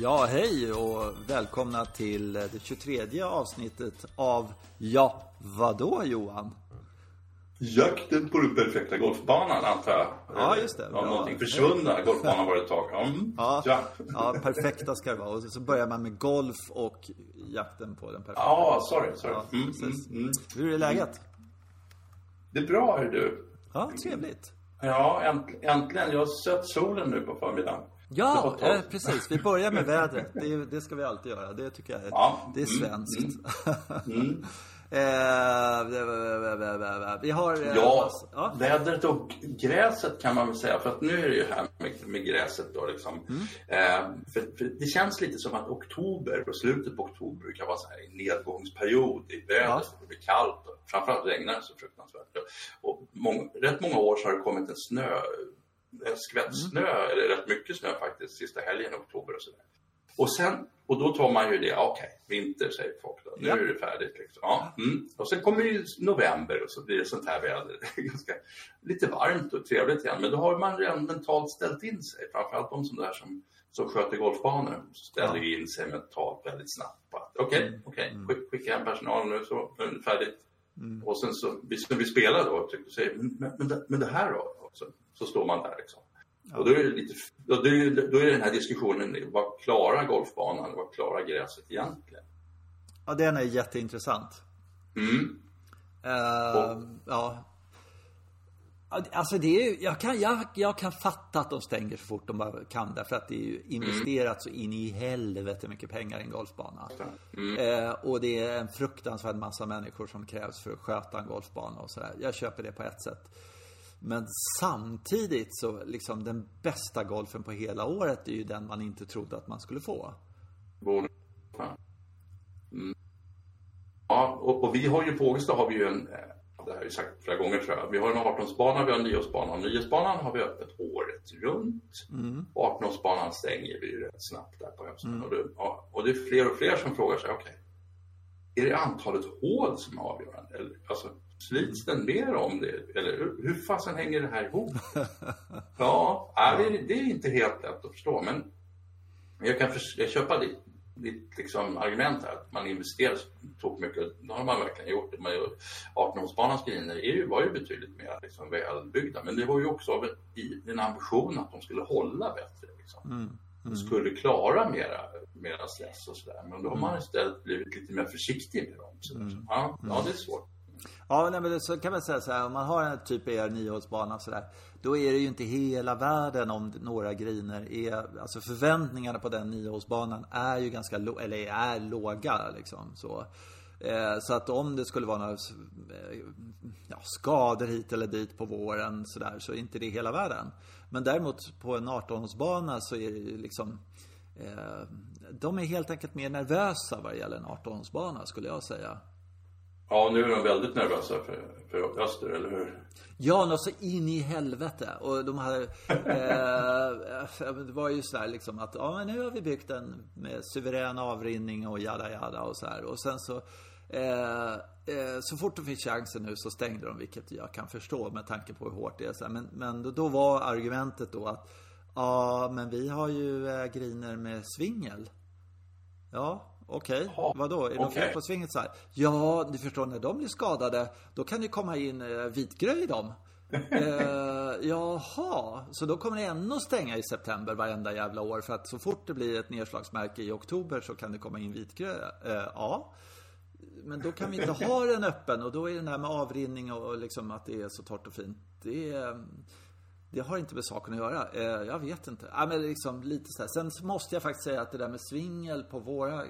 Ja, hej och välkomna till det 23:e avsnittet av Ja, vadå Johan? Jakten på den perfekta golfbanan, antar jag. Ja, just det. Om någonting försvunna. Golfbanan var ett tag. Ja, perfekta ska det vara. Och så börjar man med golf och jakten på den perfekta. Ja, sorry. Ja, Hur är läget? Det är bra, är du. Ja, trevligt. Ja, äntligen. Jag har sett solen nu på förmiddagen. Ja, precis. Vi börjar med vädret. Det ska vi alltid göra. Det tycker jag det är svenskt. Vi har vädret och gräset kan man väl säga. För att nu är det ju här med gräset då liksom. För det känns lite som att oktober och slutet på oktober brukar vara så här en nedgångsperiod i vädret. Det blir kallt och framförallt regnar det så fruktansvärt. Och rätt många år så har det kommit en skvätt snö, eller rätt mycket snö faktiskt, sista helgen i oktober och sådär. Och då tar man ju det, vinter säger folk då. Nu är det färdigt liksom. Och sen kommer ju november och så blir det sånt här väder. Lite varmt och trevligt igen. Men då har man redan mentalt ställt in sig. Framförallt de som sköter golfbanor ställer in sig mentalt väldigt snabbt på att skicka en personal nu så är det färdigt. Och sen så vi spelar då och säger, men det här då? Så står man där liksom. Ja. Och då är det den här diskussionen, vad klarar golfbanan, vad klarar gräset egentligen? Ja, den är jätteintressant. Ja. Alltså det är jag kan fatta att de stänger så fort de bara kan, därför att det är ju investerat så in i helvete mycket pengar i en golfbana. Och det är en fruktansvärd massa människor som krävs för att sköta en golfbana och sådär. Jag köper det på ett sätt. Men samtidigt så liksom den bästa golfen på hela året är ju den man inte trodde att man skulle få. Ja, och vi har ju på Ågesta har vi ju det har jag ju sagt flera gånger tror jag. Vi har en 18-årsbana, vi har en 9-årsbana. 9-årsbanan har vi öppet året runt. 18-årsbanan stänger vi ju rätt snabbt där på hösten. Och det är fler och fler som frågar sig, är det antalet hål som är avgörande? Eller, alltså, slits den mer om det? Eller hur fasen hänger det här ihop? Det är inte helt lätt att förstå. Men jag köper ditt liksom argument här. Att man investerar så mycket. Då har man verkligen gjort det. 18-årsbanans griner var ju betydligt mer liksom välbyggda. Men det var ju också en ambition att de skulle hålla bättre. Liksom. De skulle klara mera stress och sådär. Men då har man istället blivit lite mer försiktig med dem. Ja, det är svårt. Ja, men så kan man säga så här, om man har en typ 9-hålsbana så där, då är det ju inte hela världen om några griner är, alltså förväntningarna på den 9-hålsbanan är ju ganska är låga liksom så. Så att om det skulle vara några skador hit eller dit på våren så där, så är inte det hela världen. Men däremot på en 18-hålsbana så är det ju liksom de är helt enkelt mer nervösa vad det gäller en 18-hålsbana skulle jag säga. Ja, nu är de väldigt nervösa för Öster, eller hur? Ja, något så in i helvete. Och de hade det var ju så här liksom att men nu har vi byggt en med suverän avrinning och jada och så här. Och sen så fort de fick chansen nu så stängde de, vilket jag kan förstå med tanke på hur hårt det är så här. Men då var argumentet då att men vi har ju griner med svingel. Ja. Okej, vadå? Är det fel på svinget så här? Ja, ni förstår, när de blir skadade då kan det komma in vitgrö i dem. Jaha, så då kommer det ännu stänga i september varenda jävla år, för att så fort det blir ett nedslagsmärke i oktober så kan det komma in vitgrö. Men då kan vi inte ha den öppen, och då är det där med avrinning och liksom att det är så torrt och fint. Det har inte med saken att göra. Jag vet inte. Men liksom lite så här. Sen måste jag faktiskt säga att det där med svingel på våra...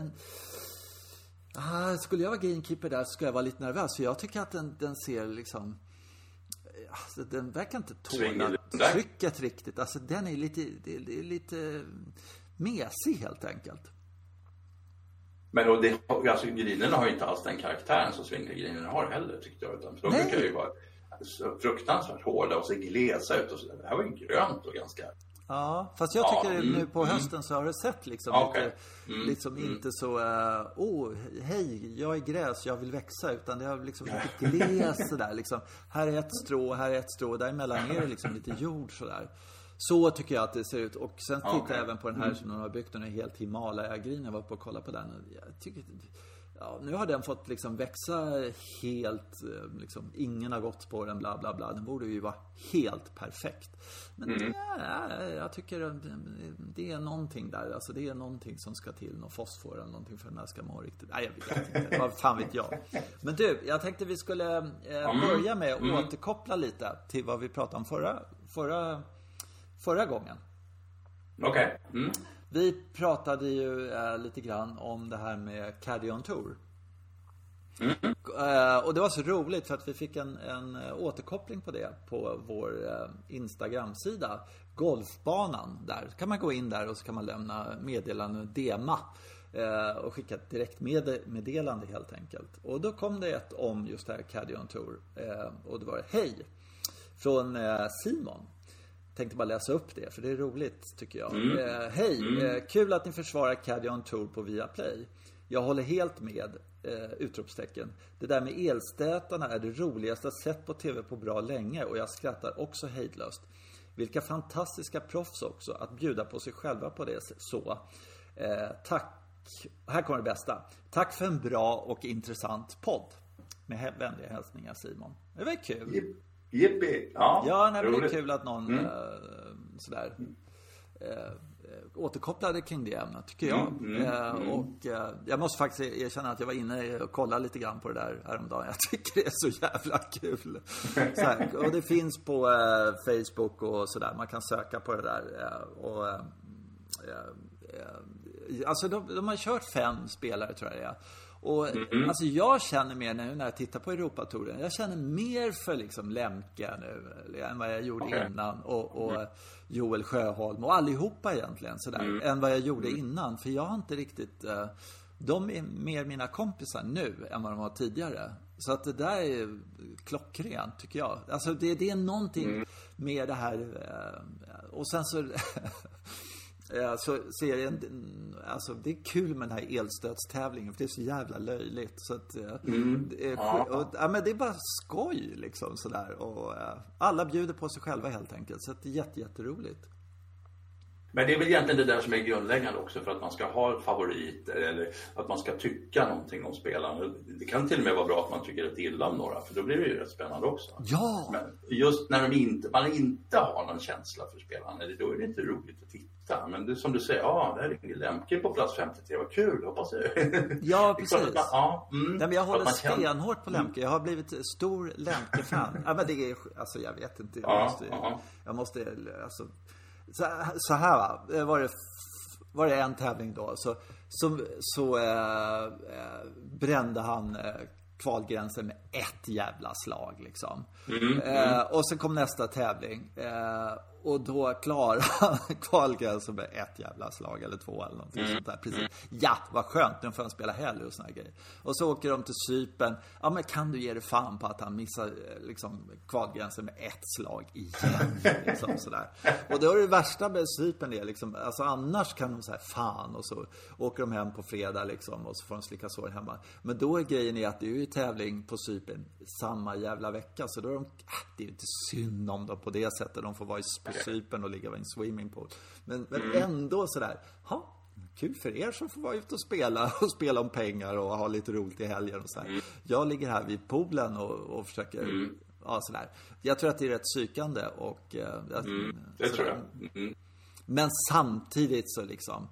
skulle jag vara greenkeeper där så skulle jag vara lite nervös. För jag tycker att den ser liksom... Alltså, den verkar inte tåla trycket riktigt. Alltså den är lite mesig helt enkelt. Men alltså, grinerna har ju inte alls den karaktären som svingelgrinerna har heller, tyckte jag. Utan de brukar ju vara så fruktansvärt hårda och så glesa ut och så där. Det här var ju grönt och ganska... Ja, fast jag tycker nu på hösten så har det sett liksom inte så hej, jag är gräs, jag vill växa, utan det har liksom lite gles så där liksom. Här är ett strå, däremellan är det liksom lite jord så där. Så tycker jag att det ser ut. Och sen tittar jag även på den här som de har byggt. Den är helt Himalaya-grin. Jag var på och kollade på den. Jag tycker, nu har den fått liksom växa helt, liksom, ingen har gått på den, bla bla bla. Den borde ju vara helt perfekt. Men jag tycker det är någonting där. Alltså det är någonting som ska till. Någon fosfor eller någonting för den här ska må riktigt. Nej, jag vet inte. Vad fan vet jag. Men du, jag tänkte vi skulle börja med att återkoppla lite till vad vi pratade om förra gången. Okej. Vi pratade ju lite grann om det här med Caddy on Tour. Och det var så roligt för att vi fick en återkoppling på det på vår Instagram-sida. Golfbanan, där kan man gå in där och så kan man lämna meddelande DMA och skicka ett direkt meddelande helt enkelt. Och då kom det ett om just det här Caddy on Tour. Och det var hej från Simon. Tänkte bara läsa upp det, för det är roligt tycker jag. Hej, kul att ni försvarar Caddy on Tour på Viaplay. Jag håller helt med, utropstecken. Det där med elstätarna är det roligaste jag sett på tv på bra länge. Och jag skrattar också hejdlöst. Vilka fantastiska proffs också att bjuda på sig själva på det så. Tack, här kommer det bästa. Tack för en bra och intressant podd. Med vänliga hälsningar Simon. Det var kul. Yippie. Ja, nej, det är kul att någon sådär återkopplade kring det ämnet, tycker jag. Och jag måste faktiskt erkänna att jag var inne och kollade lite grann på det där häromdagen. Jag tycker det är så jävla kul. Så och det finns på Facebook och sådär. Man kan söka på det där. Alltså de har kört 5 spelare tror jag det är. Och alltså jag känner mer nu när jag tittar på Europatouren. Jag känner mer för liksom Lemke nu än vad jag gjorde innan. Och Joel Sjöholm och allihopa egentligen sådär. Än vad jag gjorde innan. För jag har inte riktigt... de är mer mina kompisar nu än vad de var tidigare. Så att det där är klockrent tycker jag. Alltså det är någonting med det här. Och sen så... Så serien, alltså det är kul med den här elstödstävlingen för det är så jävla löjligt så att men det är bara skoj liksom sådär och alla bjuder på sig själva helt enkelt så att det är jätteroligt. Men det är väl egentligen det där som är grundläggande också för att man ska ha favoriter eller att man ska tycka någonting om spelarna. Det kan till och med vara bra att man tycker rätt illa om några för då blir det ju rätt spännande också. Ja! Men just när man inte har någon känsla för spelarna, då är det inte roligt att titta. Men det som du säger, det här är Lemke på plats 53, vad kul, hoppas jag. Ja, precis. Nej, men jag håller stenhårt på Lemke. Jag har blivit stor Lemke-fan. Ja, men det är, alltså jag vet inte. Jag måste alltså... Så här va, var det en tävling då så brände han kvalgränsen med ett jävla slag liksom. Och sen kom nästa tävling och då klarar han kvalgränsen med ett jävla slag eller 2 eller någonting sånt där. Precis. Ja, vad skönt, nu får han spela helg och såna grejer. Och så åker de till Cypern. Ja, men kan du ge dig fan på att han missar liksom kvalgränsen med ett slag igen liksom sådär. Och då är det värsta med Cypern det liksom, alltså annars kan de säga fan och så åker de hem på fredag liksom och så får de slicka sår hemma. Men då är grejen är att det är ju tävling på Cypern samma jävla vecka så då är det är ju inte synd om dem på det sättet. De får vara på Cypern och ligga i en swimmingpool. Men ändå sådär, kul för er som får vara ute och spela om pengar och ha lite roligt i helgen och sådär. Jag ligger här vid poolen och försöker sådär. Jag tror att det är rätt psykande och det tror jag. Men samtidigt så liksom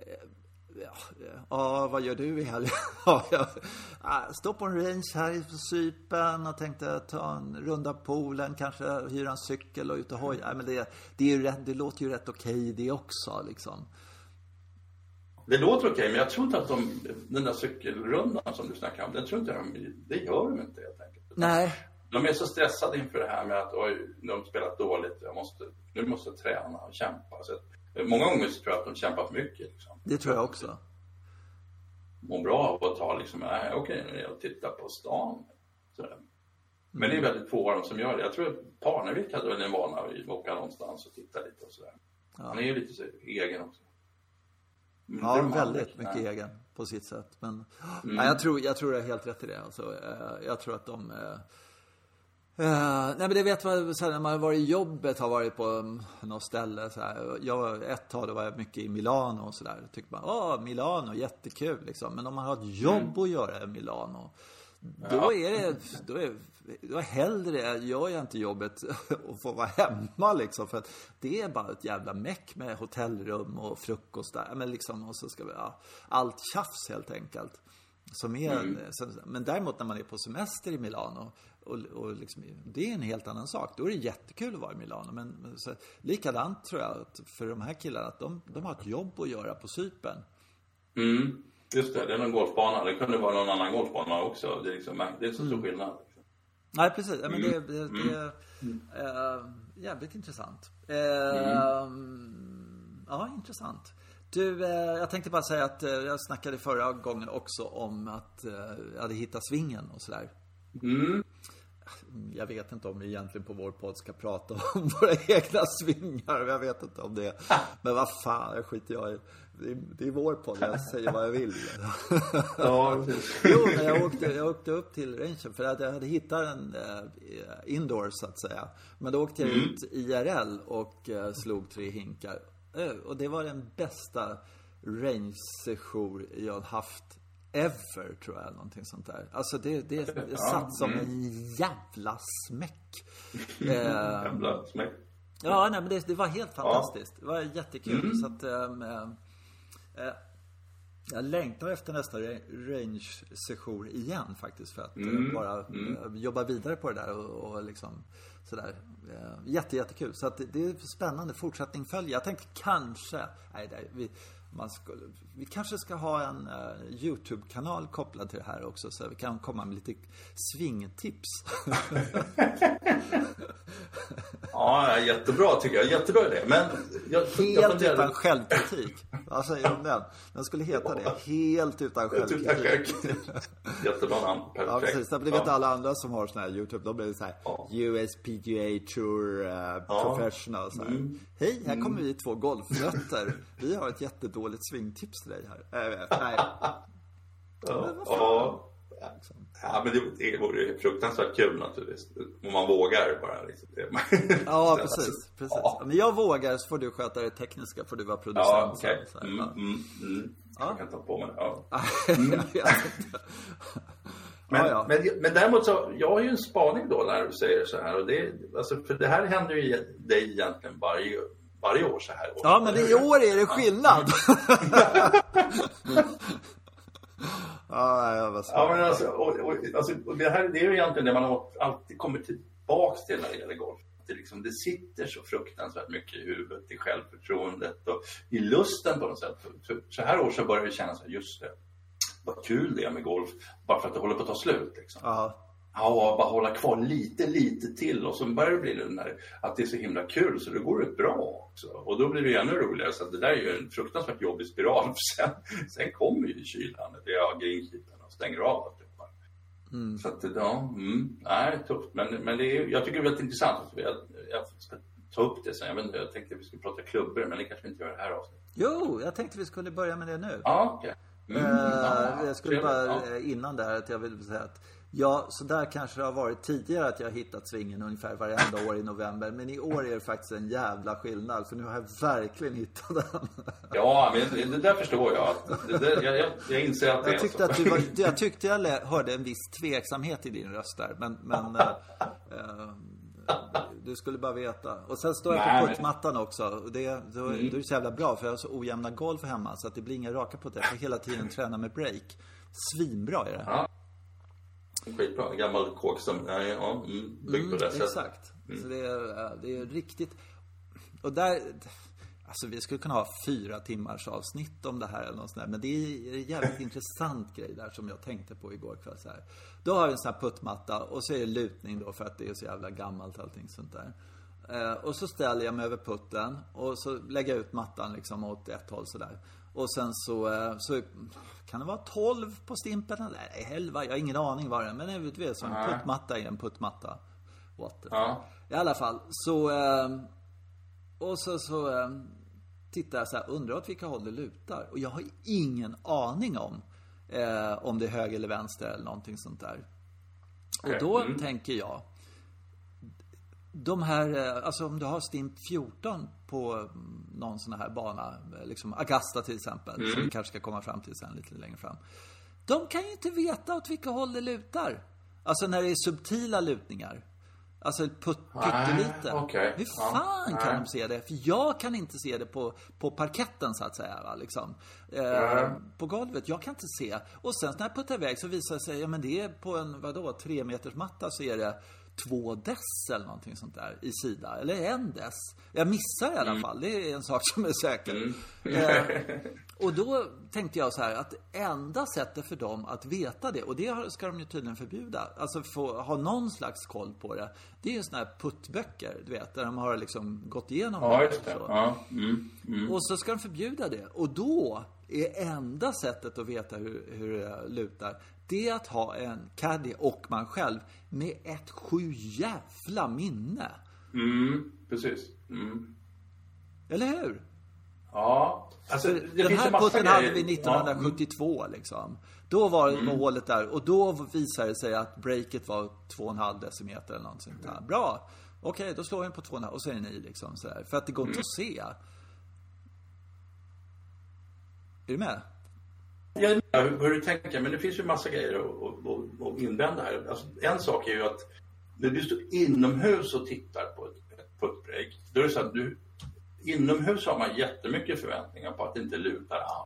vad gör du i helgen? Jag står på en range här i Cypern och tänkte ta en runda poolen, kanske hyra en cykel och ut och hoja. Men det låter ju rätt okej det också liksom. Det låter okej, men jag tror inte att den där cykelrundan som du snackar om, den tror inte det gör de inte helt enkelt. Nej. De är så stressade inför det här med att de har spelat dåligt, nu måste jag träna och kämpa. Så många gånger så tror jag att de kämpar för mycket. Liksom. Det tror jag också. Mår bra av att ta liksom, okej, jag tittar på stan. Sådär. Men det är väldigt få av dem som gör det. Jag tror att Parnevik hade väl en vana att åka någonstans och titta lite och sådär. Ja. Han är ju lite så egen också. Ja, väldigt mycket egen på sitt sätt. Men jag tror jag är helt rätt i det. Alltså, jag tror att Nej, men det vet man så här, när man har varit i jobbet, har varit på något ställe så här. Ett tag då var jag mycket i Milano och sådär. Då tyckte man, Milano, jättekul liksom. Men om man har ett jobb att göra i Milano, då är hellre gör jag inte jobbet och får vara hemma liksom, för att det är bara ett jävla meck med hotellrum och frukost där, men liksom, och så ska vi allt tjafs helt enkelt. Men däremot när man är på semester i Milano och liksom, det är en helt annan sak. Då är det jättekul att vara i Milano, men så, likadant tror jag att för de här killarna att de har ett jobb att göra på Cypern. Just det är någon golfbana. Det kunde vara någon annan golfbana också. Det är liksom, det är så stor skillnad. Nej, precis. Men det är jävligt intressant. Ja, intressant. Du, jag tänkte bara säga att jag snackade förra gången också om att jag hade hittat svingen och sådär. Jag vet inte om vi egentligen på vår podd ska prata om våra egna svingar. Jag vet inte om det. Men vad fan, jag skiter jag i. Det är vår podd, jag säger vad jag vill. Ja, jo, men jag åkte upp till rangen för att jag hade hittat en indoor så att säga. Men då åkte jag ut IRL och slog 3 hinkar. Och det var den bästa range-sejour jag haft ever, tror jag, någonting sånt där. Alltså det satt som en jävla smäck. Jävla smäck. Ja, nej, men det var helt fantastiskt. Det var jättekul. Så att jag längtar efter nästa range-sejour igen faktiskt, för att bara jobba vidare på det där och liksom sådär. Jättekul. Så att det är spännande, fortsättning följer. Jag tänkte kanske vi kanske ska ha en YouTube-kanal kopplad till det här också, så vi kan komma med lite svingtips. Ja, jättebra tycker jag. Jättebra idé. Men helt utan självkritik. Vad säger om den? Den skulle heta det. Helt utan självkritik. Jättebra namn. Perfekt. Ja, precis. Det vet alla andra som har sån här YouTube. De blir så här USPGA Tour Professional. Så här. Hej, här kommer vi 2 golfrötter. Vi har ett jättedåligt svingtips till dig här. Nej. Ja, men det vore fruktansvärt kul naturligtvis. Om man vågar bara liksom. Ja, precis. Ja. Men jag vågar, så får du sköta det tekniska, får du vara producent. Ja, okej. Jag kan ta på mig. Men däremot så, jag har ju en spaning då när du säger så här. Och det, alltså, för det här händer ju dig egentligen varje år så här. Ja, men i år är det skillnad. Men alltså, det här, det är ju egentligen det man alltid kommer tillbaks till när det gäller golf. Det sitter så fruktansvärt mycket i huvudet, i självförtroendet och i lusten på något sätt. Så här år så börjar vi känna så här, just det, vad kul det är med golf, bara för att det håller på att ta slut liksom. Ja, bara hålla kvar lite till, och så börjar det bli den där, att det är så himla kul så det går det bra också. Och då blir det ännu roligare, så att det där är ju en fruktansvärt jobbig spiral. Sen kommer ju kylan, det är greenkeepern och stänger av allt. Så att nej, tufft. Men det är, jag tycker det är väldigt intressant. Jag ska ta upp det sen. Jag tänkte att vi skulle prata klubbor, men det kanske vi inte gör det här avsnittet. Jo, jag tänkte vi skulle börja med det nu. Ja, okej. Jag skulle bara innan där att jag vill säga att så där kanske det har varit tidigare att jag har hittat svingen ungefär varenda år i november. Men i år är det faktiskt en jävla skillnad, för nu har jag verkligen hittat den. Ja, men det där förstår jag. Jag inser att det är så. Jag tyckte jag hörde en viss tveksamhet i din röst där. Men du skulle bara veta. Och sen står jag på puttmattan också. Och det är så jävla bra, för jag har så ojämna golv hemma, så att det blir inga raka putter. Jag får hela tiden träna med break. Svinbra är det. Ja. Skitbra, gammal kåk som byggt på det sättet. Exakt. Så det är riktigt. Och där, alltså vi skulle kunna ha 4 timmars avsnitt om det här eller något sånt där, men det är en jävligt intressant grej där som jag tänkte på igår kväll så här. Då har vi en sån här puttmatta, och så är det lutning då, för att det är så jävla gammalt allting sånt där. Och så ställer jag mig över putten och så lägger jag ut mattan liksom åt ett håll så där. Och sen så kan det vara 12 på stimpen eller 11, jag har ingen aning vad det är, men det är som en puttmatta i en puttmatta. I alla fall så och så tittar jag så här, undrar åt vilka håll det lutar, och jag har ingen aning om det är höger eller vänster eller någonting sånt där. Och då tänker jag, de här, alltså om du har Stimp 14 på någon sån här bana, liksom Augusta till exempel, som vi kanske ska komma fram till sen lite längre fram. De kan ju inte veta åt vilka håll det lutar. Alltså när det är subtila lutningar. Alltså pyttelite. Okay. Hur fan kan de se det? För jag kan inte se det på parketten så att säga, va? Liksom. På golvet, jag kan inte se. Och sen när jag puttar iväg så visar det sig, ja men det är på en 3 meters matta så är det 2 dess eller någonting sånt där i sida. Eller 1 dess. Jag missar i alla fall. Det är en sak som är säker. Och då tänkte jag så här att enda sättet för dem att veta det, och det ska de ju tydligen förbjuda, alltså få ha någon slags koll på det, det är ju såna här puttböcker, du vet, där de har liksom gått igenom det. Just det. Och så ska de förbjuda det. Och då är enda sättet att veta hur det lutar, det är att ha en caddy och man själv med ett jävla minne. Precis. Eller hur? Ja. Alltså, den här putten hade vi 1972 liksom. Då var hålet där. Och då visade det sig att breaket var 2,5 decimeter eller något sånt där. Bra. Okej, då slår vi på 2,5 och så är den i liksom så här. För att det går inte att se. Är du med? Jag hur du tänker, men det finns ju massa grejer att invända här. Alltså, en sak är ju att när du står inomhus och tittar på ett puttbreak, då är det så att inomhus har man jättemycket förväntningar på att det inte lutar alls.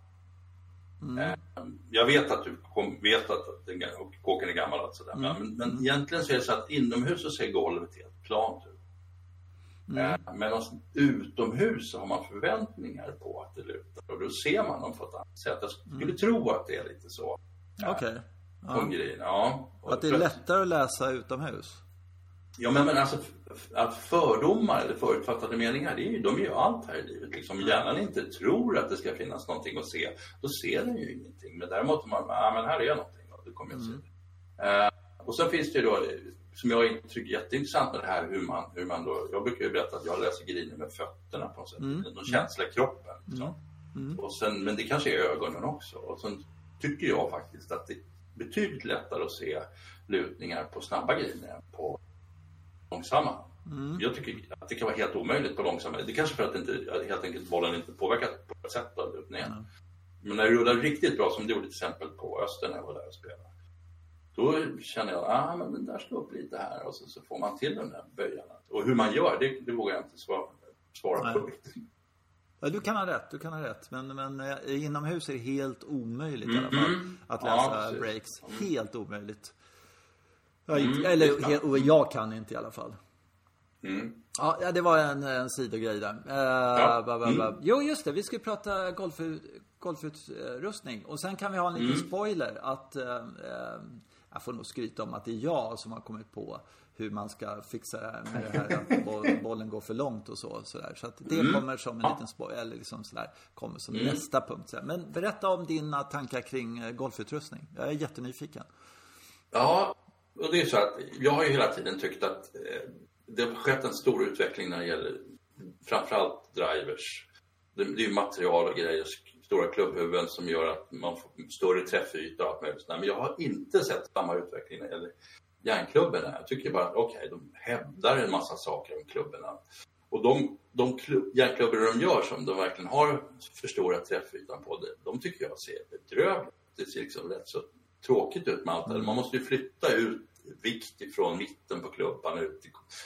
Jag vet att du vet att kåken är gammal och sådär. Men egentligen så är det så att inomhus så ser golvet helt plant ut. Medan utomhus så har man förväntningar på att det lutar. Och då ser man dem på ett annat sätt. Jag skulle tro att det är lite så. Okej. Ja. Att det är lättare att läsa utomhus. Ja, men alltså att fördomar eller förutfattade meningar, de är ju allt här i livet. Liksom hjärnan inte tror att det ska finnas någonting att se, då ser den ju ingenting. Men däremot om man, men här är någonting, då kommer jag se det. Och sen finns det ju då, som jag tycker är jätteintressant med det här, hur man då, jag brukar ju berätta att jag läser griner med fötterna på något sätt, någon känsla i kroppen. Liksom. Och sen, men det kanske är ögonen också. Och sen tycker jag faktiskt att det är betydligt lättare att se lutningar på snabba griner än på långsamma. Jag tycker att det kan vara helt omöjligt på långsamma. Det är kanske för att inte, helt enkelt bollen inte påverkas på ett sätt av lutningen. Men när det rullar riktigt bra, som det gjorde till exempel på Öster när jag var där och spelade, då känner jag, men den där ska upp lite här, och så får man till den där böjarna. Och hur man gör, det vågar jag inte svara på. Ja, du kan ha rätt. Men inomhus är det helt omöjligt i alla fall att läsa breaks. Helt omöjligt. Eller jag kan inte i alla fall. Ja, det var en sidogrej där. Jo, just det. Vi ska prata golfutrustning. Och sen kan vi ha en liten spoiler att jag får nog skryta om att det är jag som har kommit på hur man ska fixa med det här att bollen går för långt och sådär. Så att det kommer som en liten spoiler, eller liksom sådär, kommer som nästa punkt. Men berätta om dina tankar kring golfutrustning. Jag är jättenyfiken. Ja, och det är så att jag har ju hela tiden tyckt att det har skett en stor utveckling när det gäller framförallt drivers. Det är ju material och grejer, stora klubbhuvuden som gör att man får större träffyta och allt möjligt. Men jag har inte sett samma utveckling när det gäller järnklubborna. Jag tycker bara att de hävdar en massa saker om klubborna. Och de järnklubbor de gör som de verkligen har förstorat träffytan på, de tycker jag ser bedrövligt. Det ser liksom rätt så tråkigt ut med allt. Man måste ju flytta ut vikt ifrån mitten på klubban ut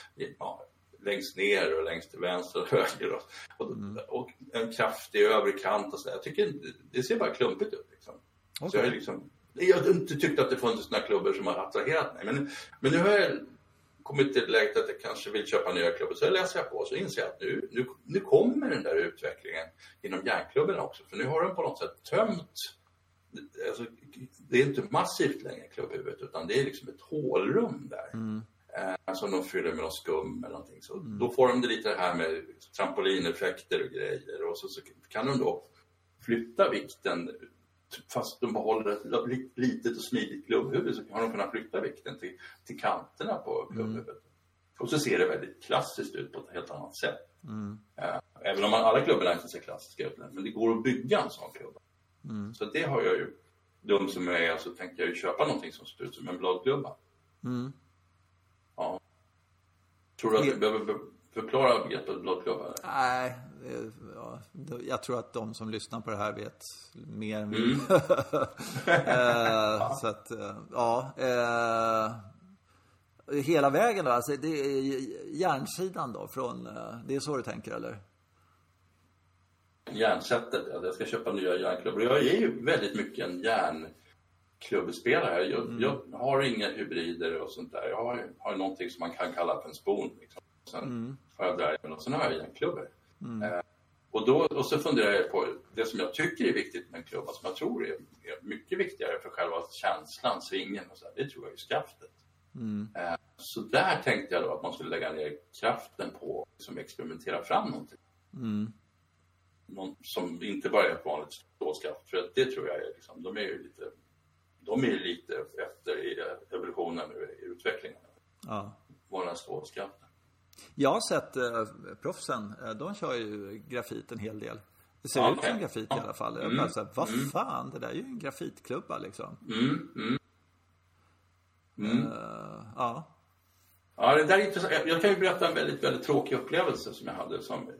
längst ner och längst till vänster och höger och en kraftig överkant och så. Jag tycker det ser bara klumpigt ut liksom. Okay. Så jag har inte tyckt att det funnits såna klubbor som har attraherat mig, men nu har jag kommit till läget att jag kanske vill köpa nya klubbor, så jag läser på och så inser jag att nu kommer den där utvecklingen inom järnklubborna också, för nu har de på något sätt tömt. Alltså, det är inte massivt längre klubbhuvudet, utan det är liksom ett hålrum där som de fyller med någon skum eller någonting. Så då får de det lite här med trampolineffekter och grejer, och så kan de då flytta vikten, fast de behåller ett litet och smidigt klubbhuvud, så kan de kunna flytta vikten till kanterna på klubbhuvudet. Och så ser det väldigt klassiskt ut på ett helt annat sätt. Även om alla klubborna inte ser klassiska ut, men det går att bygga en sån klubb. Så det har jag ju, de som är, så tänker jag ju köpa någonting som ser ut som en bladklubba. Ja. Tror du att du behöver förklara begreppet blåklubbar? Nej, jag tror att de som lyssnar på det här vet mer än vi. Så att, hela vägen då, alltså det är järnsidan då från, det är så du tänker eller? Järnsättet, jag ska köpa nya järnklubbar. Jag är ju väldigt mycket en järnklubbspelare. Jag har inga hybrider och sånt där. Jag har någonting som man kan kalla för en spon. Liksom. Sen har jag driven och sen har jag järnklubbor. Och så funderar jag på det som jag tycker är viktigt med en klubba, som jag tror är mycket viktigare för själva känslan, svingen och så där. Det tror jag är skaftet. Så där tänkte jag då att man skulle lägga ner kraften på som experimentera fram någonting. Någon som inte bara är ett vanligt stålskaft, för att det tror jag är liksom, de är ju lite efter i evolutionen i utvecklingen. Ja. Våra stålskaften. Jag har sett proffsen, de kör ju grafit en hel del. Det ser ut som grafit i alla fall. Jag bara så här, vad fan, det där är ju en grafitklubba liksom. Ja, det där är intressant. Jag kan ju berätta en väldigt, väldigt tråkig upplevelse som jag hade.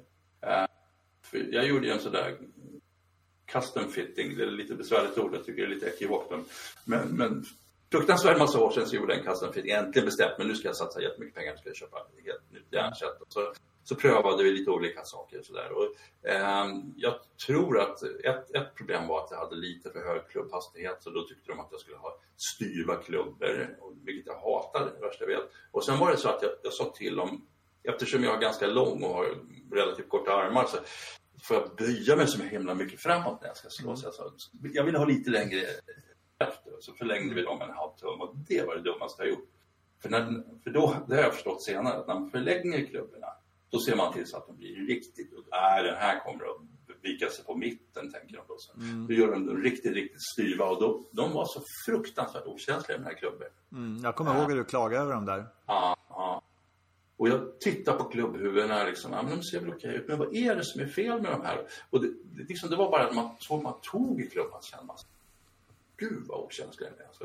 Jag gjorde en sådär custom fitting. Det är lite besvärligt ord, jag tycker det är lite ekivokt. Men fruktansvärt massa år sedan så gjorde jag en custom fitting. Äntligen bestämt, men nu ska jag satsa jättemycket pengar. Nu ska jag köpa ett helt nytt järnsätt. Så prövade vi lite olika saker och sådär. Och jag tror att ett problem var att jag hade lite för hög klubbhastighet. Så då tyckte de att jag skulle ha styva klubbor, vilket jag hatade, det värsta jag vet. Och sen var det så att jag sa till dem, eftersom jag är ganska lång och har relativt korta armar, så får jag böja mig så himla mycket framåt när jag ska slå. Så jag vill ha lite längre efter. Så förlängde vi dem en halv tum, och det var det dummaste jag gjort. För då, det har jag förstått senare, att när man förlänger klubborna, då ser man till så att de blir riktigt, den här kommer att vika sig på mitten, tänker de då. Då gör de riktigt, riktigt styva, och de var så fruktansvärt okänsliga med den här klubben. Jag kommer ihåg att du klagade över dem där. Ja. Och jag tittar på klubbhuvudena liksom, men de ser väl okej ut, men vad är det som är fel med de här? Och det var bara att man tog i klubban, kände man, gud vad okänsliga det är. Alltså,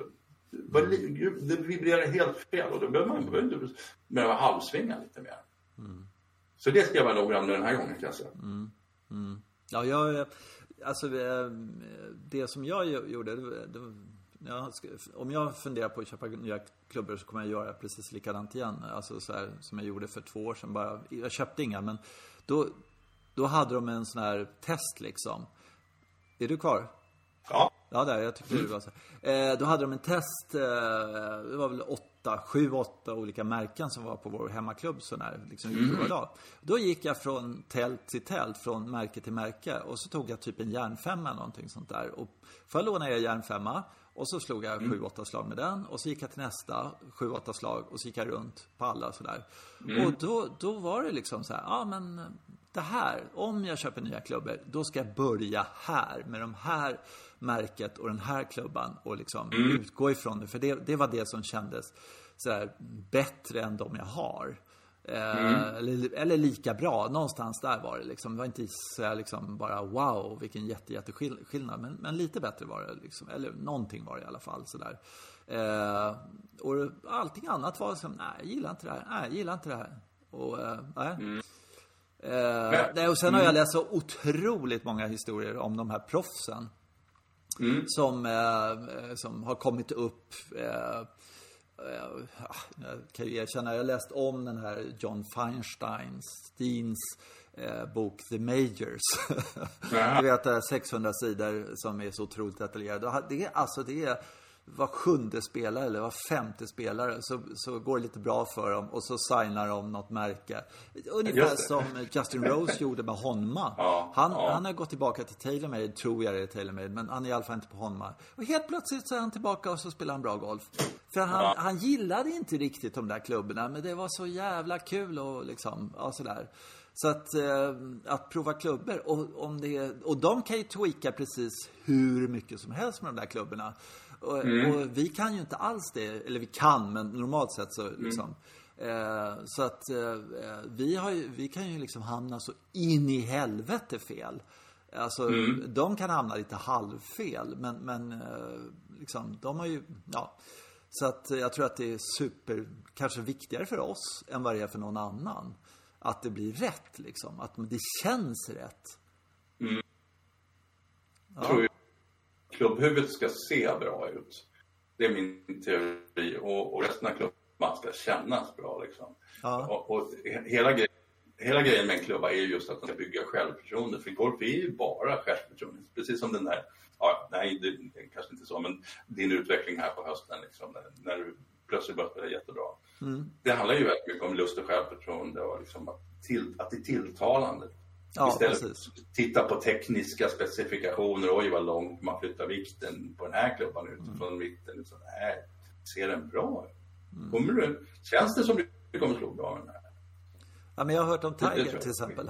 det vibrerar helt fel, och då behöver man inte med halvsvinga lite mer. Så det ska jag vara noggrann med den här gången, kan jag säga. Ja, alltså det som jag gjorde, om jag funderar på att köpa nya klubbor, så kommer jag göra precis likadant igen. Alltså så här, som jag gjorde för 2 år sedan. Jag köpte inga, men då hade de en sån här test liksom. Är du kvar? Ja, där, jag tyckte det var så. Då hade de en test, det var väl 7-8 olika märken som var på vår hemmaklubb så där, liksom dag. Då gick jag från tält till tält, från märke till märke, och så tog jag typ en järnfemma eller någonting sånt där. Och för lånade jag järnfemma, och så slog jag 7-8 slag med den, och så gick jag till nästa 7-8 slag, och så gick jag runt på alla så där. Och då var det liksom så här, men det här, om jag köper nya klubbor, då ska jag börja här med de här märket och den här klubban, och liksom utgå ifrån det, för det var det som kändes så här bättre än de jag har. Eller lika bra, någonstans där var det liksom. Det var inte så här liksom bara wow, vilken jätteskillnad, men lite bättre var det liksom, eller någonting var det i alla fall så där. Och allting annat var som, nej, jag gillar inte det här. Nej, jag gillar inte det här. Och och sen har jag läst så otroligt många historier om de här proffsen som har kommit upp. Jag kan ju erkänna, jag har läst om den här John Feinsteins bok The Majors. Du vet, det 600 sidor som är så otroligt detaljerade. Det är var 7:e spelare eller var 5:e spelare så går det lite bra för dem, och så signar de något märke. Ungefär som Justin Rose gjorde med Honma. Han har gått tillbaka till TaylorMade, tror jag det är TaylorMade, men han är i alla fall inte på Honma. Och helt plötsligt så är han tillbaka, och så spelar han bra golf. För han gillade inte riktigt de där klubborna, men det var så jävla kul och liksom, sådär. Så att prova klubbor, och de kan ju tweaka precis hur mycket som helst med de där klubborna. Och vi kan ju inte alls det, eller vi kan, men normalt sett så liksom. Så att vi kan ju liksom hamna så in i helvete fel. Alltså de kan hamna lite halvfel, men liksom de har ju Så att jag tror att det är kanske viktigare för oss än vad det är för någon annan. Att det blir rätt liksom. Att det känns rätt. Ja. Jag tror ju klubbhuvudet ska se bra ut. Det är min teori. Och resten av klubban ska kännas bra liksom. Ja. Och hela grejen med en klubba är just att man ska bygga självförtroende. För golf är ju bara självförtroende. Precis som den där, nej det är kanske inte så, men din utveckling här på hösten liksom, när du plötsligt börjar spela jättebra. Det handlar ju väldigt mycket om lust och självförtroende och liksom att det är tilltalande. Ja, istället precis. Titta på tekniska specifikationer. Oj, vad långt man flyttar vikten på den här klubban utifrån vikten. Liksom, nej, ser den bra ut? Känns det som du kommer slå bra med den här? Ja, men jag har hört om Tiger till exempel.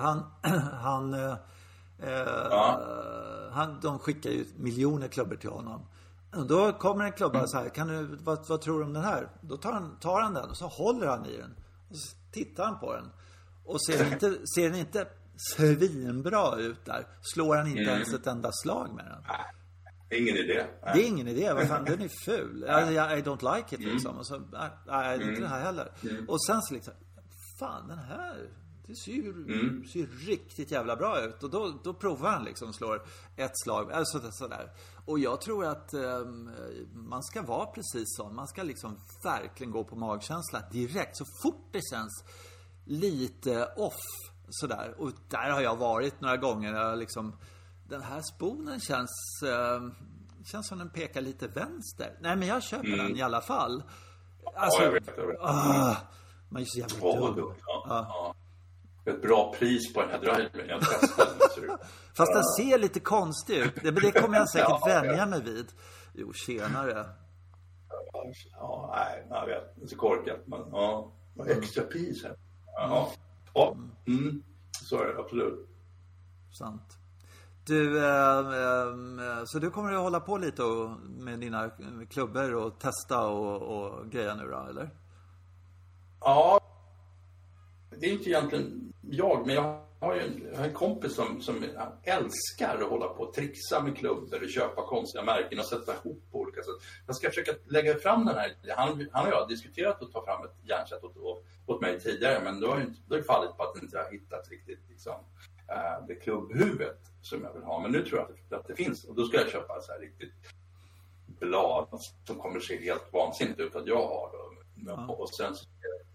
De skickar ju miljoner klubbor till honom. Och då kommer en klubba så här, vad tror du om den här? Då tar han den och så håller han i den. Och så tittar han på den. Och ser den inte svinbra ut där, slår han inte ens ett enda slag med den. Ingen idé. Det är ingen idé, vad fan, den är ful. I don't like it liksom. Och så, nej, inte den här heller. Och sen så liksom, fan den här, det ser ju riktigt jävla bra ut. Och då provar han liksom, slår ett slag, alltså sådär. Och jag tror att man ska vara precis sån. Man ska liksom verkligen gå på magkänsla direkt, så fort det känns lite off sådär. Och där har jag varit några gånger. Jag liksom, den här sponen känns som den pekar lite vänster. Nej, men jag köper den i alla fall. Alltså, jag vet. man är så jävla dum. Ett bra pris på den här driven. Jag testade den. Fast den ser lite konstig ut. Det kommer jag säkert vänja mig vid. Jo, tjenare. Nej, jag vet. Det är så korkat. Men extra pris här. Så är det, absolut. Sant. Du, så du kommer att hålla på lite med dina klubbor och testa och greja nu då, eller? Ja, det är inte egentligen jag, men jag har en kompis som älskar att hålla på och trixa med klubbor och köpa konstiga märken och sätta ihop på olika sätt. Jag ska försöka lägga fram den här. Han och jag har diskuterat att ta fram ett järnsätt åt mig tidigare, men då har det fallit på att inte har hittat riktigt liksom, det klubbhuvudet som jag vill ha. Men nu tror jag att det finns, och då ska jag köpa så här riktigt blad som kommer se helt vansinnigt ut att jag har då. Och sen så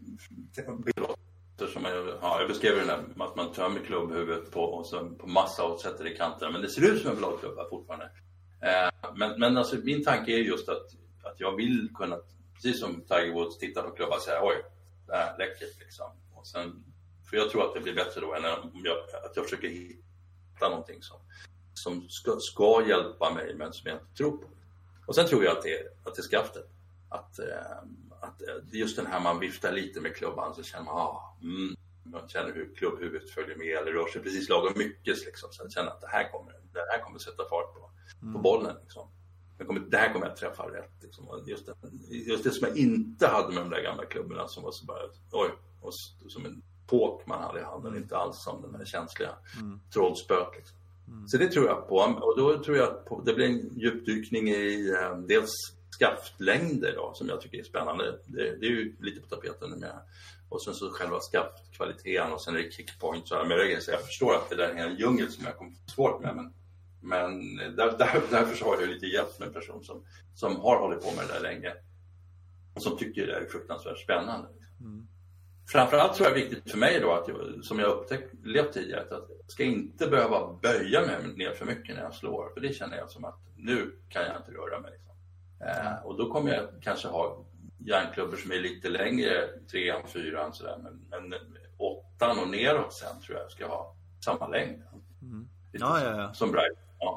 som jag beskrev den här, att man tömmer klubbhuvudet på massa och sätter det i kanterna, men det ser ut som en bladklubba fortfarande. Men alltså, min tanke är just att jag vill kunna, precis som Tiger Woods, titta på klubbar och säga oj, det här är läckert liksom. Och sen, för jag tror att det blir bättre då än att jag försöker hitta någonting som ska hjälpa mig, men som jag inte tror på. Och sen tror jag att det är skaftet. Att just den här, man viftar lite med klubban, så känner man känner hur klubbhuvudet följer med eller rör sig precis lagom mycket liksom. Så jag känner att det här kommer sätta fart på bollen liksom. Det här kommer jag träffa rätt liksom. Just det som jag inte hade med de där gamla klubborna, som var så bara och som en påk man hade i handen, inte alls som den här känsliga trollspöt liksom. Så det tror jag på, och då tror jag att det blir en djupdykning i dels skaftlängder då, som jag tycker är spännande. Det är ju lite på tapeten med. Och sen så själva skaftkvaliteten, och sen är det kickpoints och alla möjliga grejer. Så jag förstår att det där är en djungel som jag kommer få svårt med, men därför har jag lite hjälp med en person som har hållit på med det där länge och som tycker det är fruktansvärt spännande. Framförallt tror jag är viktigt för mig då, att som jag upplevt tidigare, att jag ska inte behöva böja mig ner för mycket när jag slår, för det känner jag som att nu kan jag inte röra mig liksom. Och då kommer jag kanske ha järnklubbor som är lite längre, 3, 4 sådär, men 8 och neråt sen tror jag ska ha samma längd. Ja. Som Bright.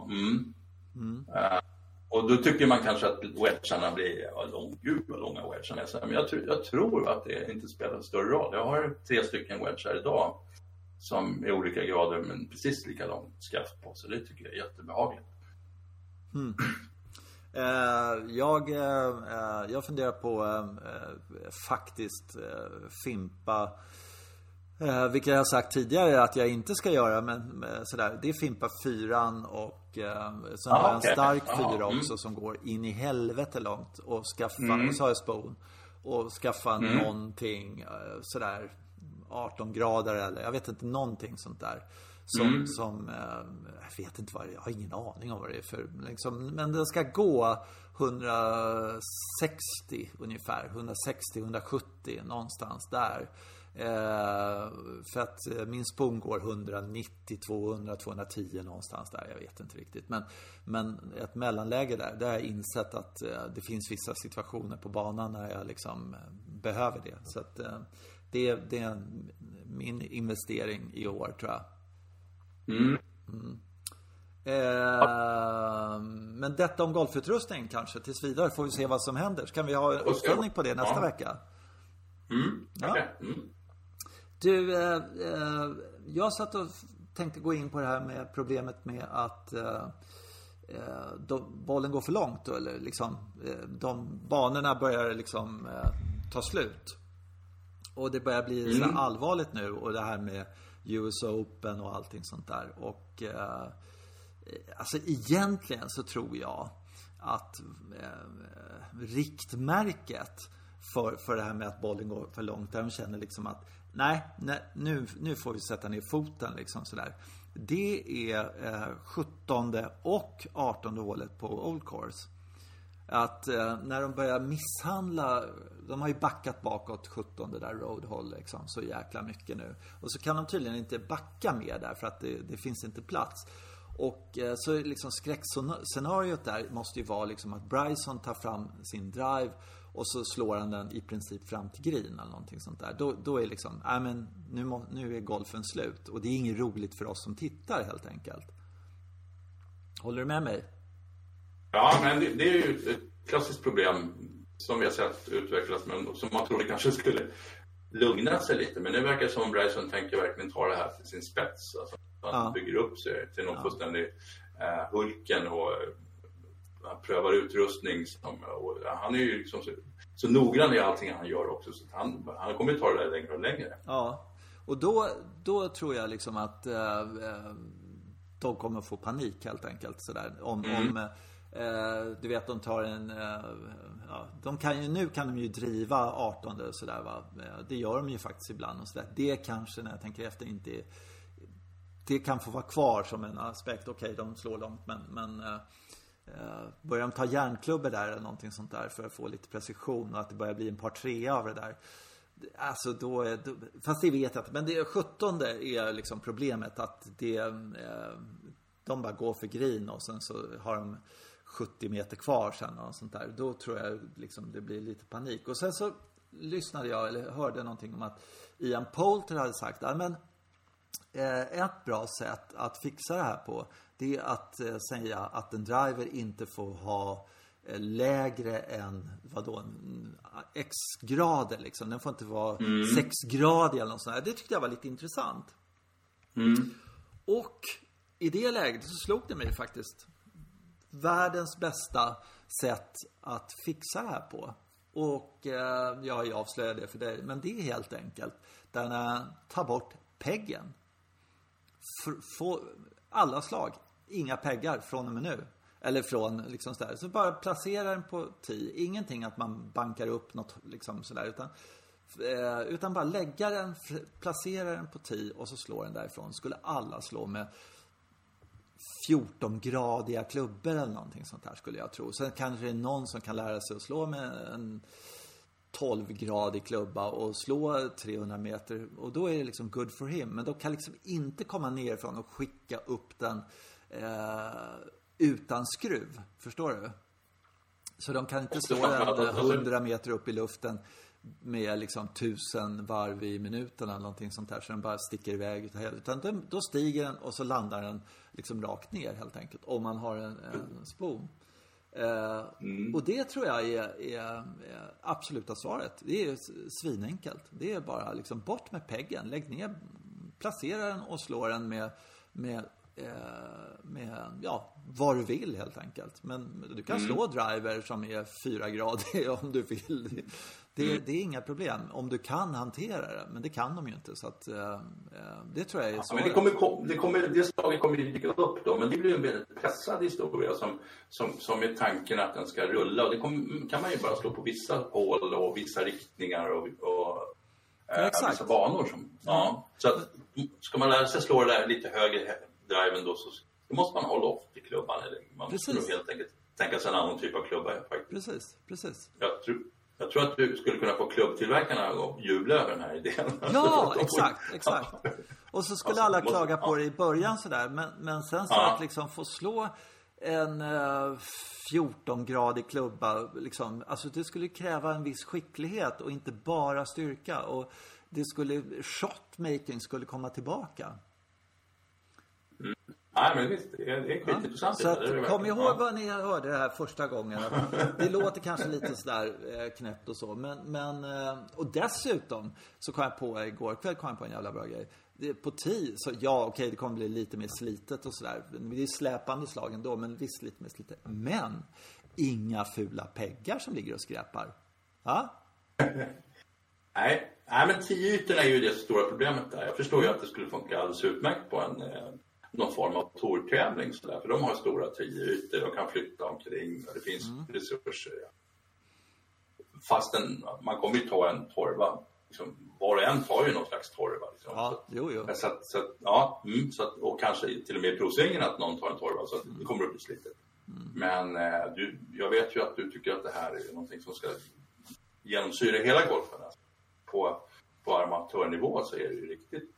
Och då tycker man kanske att wedgarna blir långa wedgarna. Men jag tror att det inte spelar större roll. Jag har 3 stycken wedgar idag som är olika grader, men precis lika lång skaft på. Så det tycker jag är jättebehagligt. Jag funderar på faktiskt fimpa Vilket jag har sagt tidigare att jag inte ska göra, men sådär, det är Fimpa 4 och sen har jag en stark 4 också som går in i helvete långt och skaffa, så har jag spon och skaffa någonting sådär 18 grader eller jag vet inte, någonting sånt där som jag vet inte vad det är, jag har ingen aning om vad det är för liksom, men den ska gå 160 ungefär, 160-170 någonstans där. För att min spon går 190, 200, 210 någonstans där, jag vet inte riktigt, men ett mellanläge där har jag insett att det finns vissa situationer på banan när jag liksom behöver det, så att det är min investering i år, tror jag. Men detta om golfutrustning kanske tills vidare, får vi se vad som händer. Så kan vi ha en uppföljning på det nästa vecka. Du, jag satt och tänkte gå in på det här med problemet med att bollen går för långt då, eller liksom de banorna börjar liksom ta slut. Och det börjar bli så allvarligt nu, och det här med US Open och allting sånt där. Och alltså egentligen så tror jag att riktmärket för det här med att bollen går för långt, där de känner liksom att nej, nu får vi sätta ner foten liksom sådär. Det är 17:e och 18:e hålet på Old Course. Att när de börjar misshandla, de har ju backat bakåt 17:e där roadhåll liksom, så jäkla mycket nu. Och så kan de tydligen inte backa mer där för att det finns inte plats. Och så liksom skräckscenariot där måste ju vara liksom att Bryson tar fram sin drive och så slår han den i princip fram till green eller någonting sånt där. Då är liksom, men nu är golfen slut. Och det är inget roligt för oss som tittar helt enkelt. Håller du med mig? Ja, men det är ju ett klassiskt problem som vi har sett utvecklas, men som man trodde kanske skulle lugna sig lite. Men nu verkar det som om Bryson tänker verkligen ta det här till sin spets. Alltså, han bygger upp sig till någon fullständig Hulken och han prövar utrustning. Och han är ju liksom så noggrann i allting han gör också. Så han kommer ju ta det där längre och längre. Ja, och då tror jag liksom att de kommer få panik helt enkelt. Sådär. Om du vet, de tar nu kan de ju driva 18:e och sådär, va. Det gör de ju faktiskt ibland och sådär. Det kanske, när jag tänker efter, inte det kan få vara kvar som en aspekt. Okej, de slår långt, men börjar de ta järnklubbor där eller någonting sånt där för att få lite precision och att det börjar bli en par 3 av det där. Alltså då fast det vet jag inte, men det 17:e är liksom problemet, att de bara går för green och sen så har de 70 meter kvar sen och sånt där. Då tror jag liksom det blir lite panik. Och sen så lyssnade jag eller hörde någonting om att Ian Poulter hade sagt ett bra sätt att fixa det här på, det är att säga att en driver inte får ha lägre än x grader liksom. Den får inte vara 6 grader eller något sånt där. Det tyckte jag var lite intressant. Och i det läget så slog det mig faktiskt världens bästa sätt att fixa det här på. Och jag avslöjar det för dig, men det är helt enkelt ta bort peggen. Få alla slag, inga peggar från och med nu. Eller från liksom sådär. Så bara placera den på 10. Ingenting att man bankar upp något liksom sådär, utan bara lägga den, placera den på 10 och så slår den därifrån. Skulle alla slå med 14-gradiga klubbor eller någonting sånt här, skulle jag tro. Sen kanske det är någon som kan lära sig att slå med en 12-gradig klubba och slå 300 meter, och då är det liksom good for him. Men de kan liksom inte komma nerifrån och skicka upp den utan skruv, förstår du? Så de kan inte slå den 100 meter upp i luften med liksom 1000 varv i minuten eller någonting sånt där, så den bara sticker iväg utan då stiger den och så landar den liksom rakt ner helt enkelt, om man har en spon. Och det tror jag är absoluta svaret. Det är svinenkelt. Det är bara liksom bort med peggen, lägg ner, placera den och slå den med vad du vill helt enkelt. Men du kan slå driver som är 4 grader om du vill. Det är inga problem om du kan hantera det, men det kan de ju inte, så att det tror jag är så. Men det slaget kommer ju dyka upp då, men det blir en väldigt pressad historia som är tanken att den ska rulla, och det kan man ju bara slå på vissa hål och vissa riktningar och vissa banor så att ska man lära sig slå det där lite högre driven då måste man hålla off i klubban, eller man måste nog helt enkelt tänka sig en annan typ av klubba faktiskt. Precis. Jag tror att du skulle kunna få klubbtillverkarna att jubla över den här idén. Ja, exakt. Och så skulle alla klaga på det i början sådär. Men sen så att liksom få slå en 14-gradig klubba. Liksom, alltså det skulle kräva en viss skicklighet och inte bara styrka. Och det skulle, shotmaking skulle komma tillbaka. Nej, men visst, det är skitintressant. Så att, kom ihåg vad ni hörde det här första gången. Det låter kanske lite sådär knäppt och så. Men och dessutom så kom jag på igår kväll en jävla bra grej. På 10, så okej, det kommer bli lite mer slitet och sådär. Det är släpande slagen då, men visst lite mer slitet. Men inga fula peggar som ligger och skräpar. Ja? Nej, men 10-ytorna är ju det stora problemet där. Jag förstår ju att det skulle funka alldeles utmärkt på någon form av tourtävling sådär, för de har stora 10-ytor och kan flytta omkring och det finns resurser. Ja. Fastän man kommer ju ta en torva, liksom, var och en tar ju någon slags torva. Liksom. Ja, jo. Så att, och kanske till och med i provsvingen att någon tar en torva, så att det kommer att bli slitet. Men jag vet ju att du tycker att det här är någonting som ska genomsyra hela golfen. Alltså. På amatörnivå så är det ju riktigt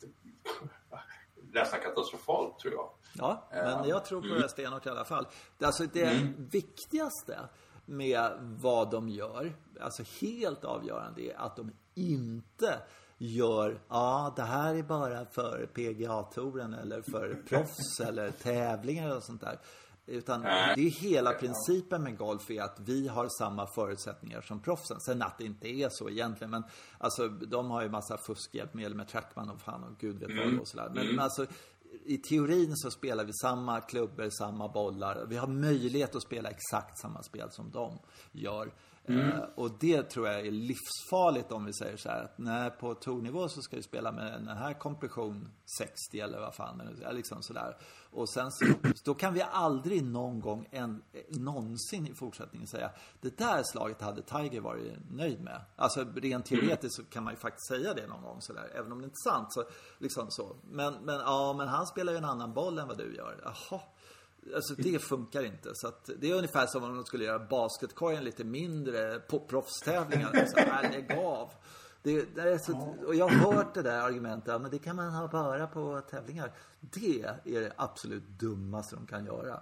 nästan katastrofalt, tror jag. Ja, men jag tror på det stenhårt i alla fall. Alltså det viktigaste med vad de gör, alltså helt avgörande, är att de inte gör, det här är bara för PGA-touren eller för proffs eller tävlingar och sånt där. Utan det är hela principen med golf är att vi har samma förutsättningar som proffsen. Sen att det inte är så egentligen, men alltså de har ju massa fuskhjälpmedel med Trackman och fan och gud vet vad och sådär. Men alltså i teorin så spelar vi samma klubbor, samma bollar. Vi har möjlighet att spela exakt samma spel som de gör. Och det tror jag är livsfarligt om vi säger så här att när på tournivå så ska vi spela med den här kompression 60 eller vad fan, liksom sådär. Och sen så, då kan vi aldrig någon gång någonsin i fortsättningen säga det där slaget hade Tiger varit nöjd med. Alltså rent teoretiskt så kan man ju faktiskt säga det någon gång sådär, även om det inte är sant så, liksom så. Men han spelar ju en annan boll än vad du gör. Jaha. Alltså det funkar inte. Så att det är ungefär som om de skulle göra basketkorgen lite mindre på proffstävlingar. Så här, lägg av. Det är så, och jag har hört det där argumentet, men det kan man ha bara på tävlingar. Det är det absolut dummaste de kan göra.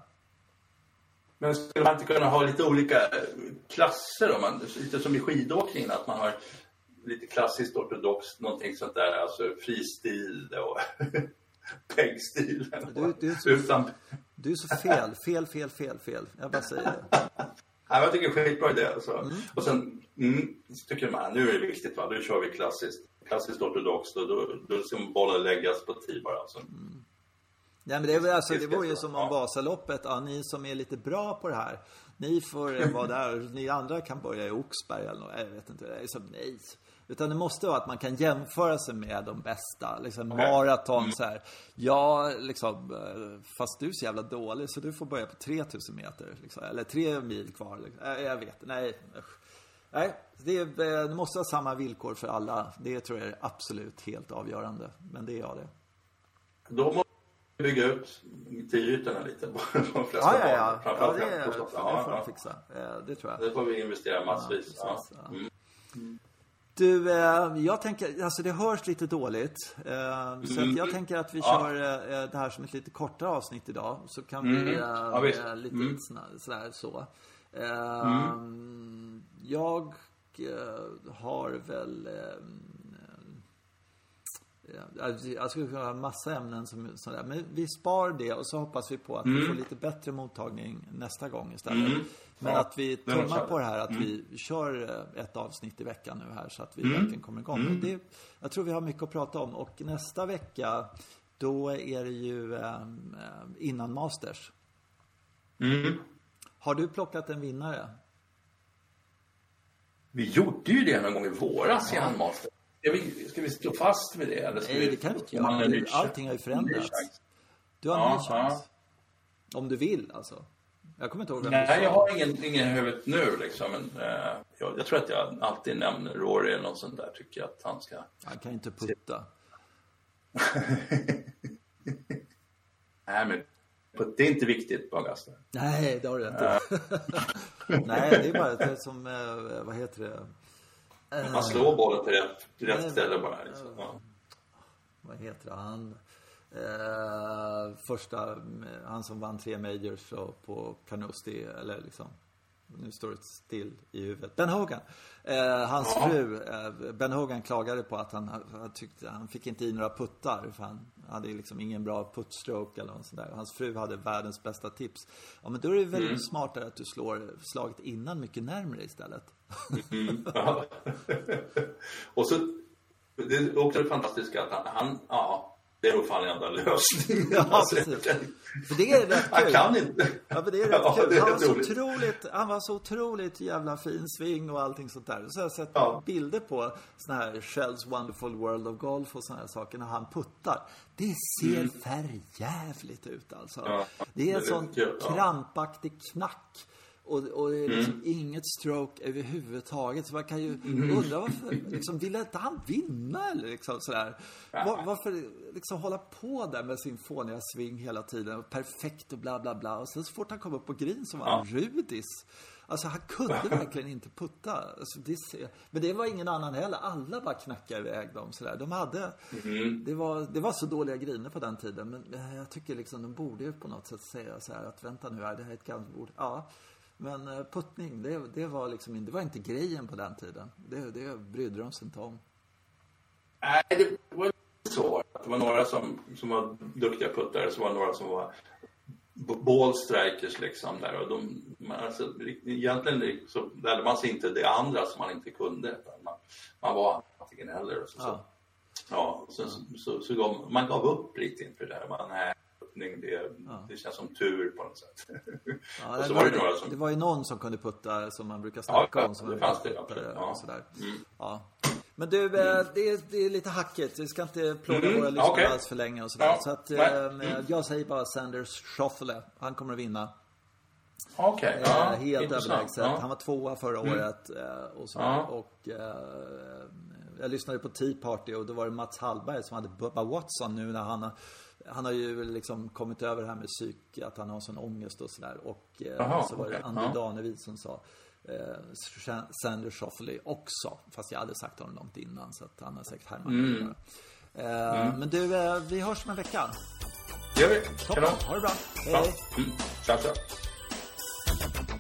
Men skulle man inte kunna ha lite olika klasser då? Lite som i skidåkningen, att man har lite klassiskt ortodoxt, någonting sånt där, alltså fristil och pegstil. Du är så fel. Jag bara säger det. Ja, jag tycker det är skitbra idé. Alltså. Och sen så tycker man, nu är det viktigt, va? Nu kör vi klassiskt ortodoxt och då ska bollen läggas på 10 bara. Alltså. Nej, men det var ju som om Vasaloppet. Ja, ni som är lite bra på det här, ni får vara där. Ni andra kan börja i Oxberg eller något. Jag vet inte, det är som nej. Utan det måste vara att man kan jämföra sig med de bästa. Liksom maraton så här. Ja, liksom, fast du är så jävla dålig så du får börja på 3000 meter. Liksom, eller 3 mil kvar. Liksom. Jag vet, nej. Det måste vara samma villkor för alla. Det tror jag är absolut helt avgörande. Men det är jag det. Då måste vi bygga ut 10-ytorna lite. Ja, det får man fixa. Det tror jag. Det får vi investera massvis. Du, jag tänker, alltså det hörs lite dåligt. Så att jag tänker att vi kör det här som ett lite kortare avsnitt idag. Så kan vi lite sådär så. Jag har väl... jag skulle kunna ha massa ämnen sådär. Men vi spar det och så hoppas vi på att vi får lite bättre mottagning nästa gång istället. Men att vi tummar på det här, att vi kör ett avsnitt i veckan nu här så att vi verkligen kommer igång. Jag tror vi har mycket att prata om. Och nästa vecka Då är det ju innan Masters. Har du plockat en vinnare? Vi gjorde ju det någon gång i våras i en Masters. Ska vi stå fast med det? Eller Nej, det kan vi inte göra. Allting har ju förändrats. Du har en ny chans. Om du vill, alltså. Jag kommer inte ihåg. Nej, jag har ingen i huvudet nu liksom. Men, jag tror att jag alltid nämner Rory eller något sånt där. Tycker jag att han ska... Han kan inte putta. Nej, men det är inte viktigt på Augusta. Nej, det har du inte. Nej, det är bara det som... vad heter det? Man slår bollen till rätt ställe bara. Liksom. Ja. Vad heter han? Han som vann 3 majors på Carnoustie, eller liksom, nu står det still i huvudet. Ben Hogan. Hans fru, Ben Hogan klagade på att han tyckte han fick inte i några puttar, för han hade liksom ingen bra puttstroke eller något sånt där. Hans fru hade världens bästa tips. Ja, men då är det väldigt smartare att du slår slaget innan mycket närmare istället. Ja. Och så det är också fantastiskt att han det är nog fan en enda lösning. Ja, precis. För det är rätt kul. Han kan inte. Ja, men det är rätt kul. Han var så otroligt jävla fin sving och allting sånt där. Så jag har sett bilder på såna här Shell's Wonderful World of Golf och såna här saker när han puttar. Det ser förjävligt ut alltså. Ja, det är en sån krampaktig knack. Och det är liksom inget stroke överhuvudtaget. Så man kan ju undra varför liksom, vill inte han vinna eller liksom sådär. Varför liksom hålla på där med sin fåniga sving hela tiden. Perfekt och bla bla bla. Och sen så fort han kom upp på green så var han rudis. Alltså han kunde verkligen inte putta. Alltså, men det var ingen annan heller. Alla bara knackade iväg dem sådär. De hade det var så dåliga griner på den tiden. Men jag tycker liksom de borde ju på något sätt säga så här att vänta nu, det här är ett gammalt bord. Ja. Men puttning, det var liksom, det var inte grejen på den tiden. Det brydde de sig inte om. Nej, det var så. Det var några som var duktiga puttare, så var det några som var ballstrikers liksom där. Och egentligen så lärde man sig inte det andra som man inte kunde. Man var antingen eller. Och så man gav upp lite inför det där. Det känns som tur på något sätt. Ja, och så var det var ju någon som kunde putta som man brukar snacka om som det fanns det och sådär. Ja. Men du, det är lite hackigt. Vi ska inte plåga våra lyssnare alls för länge och sådär. Ja. Så att jag säger bara Sanders Schauffele. Han kommer att vinna. Helt överlägset. Han var 2:a förra året och så. Och jag lyssnade på Tea Party och då var det Mats Hallberg som hade Bubba Watson nu när han har ju liksom kommit över det här med psyk, att han har sån ångest och sådär. Och så var det Andy Danevid som sa Sanders Schauffele också. Fast jag hade sagt honom långt innan, så att han har sagt härman. Men du, vi hörs om en vecka. Gör vi. Toppen, ha det bra. Hej. Ciao.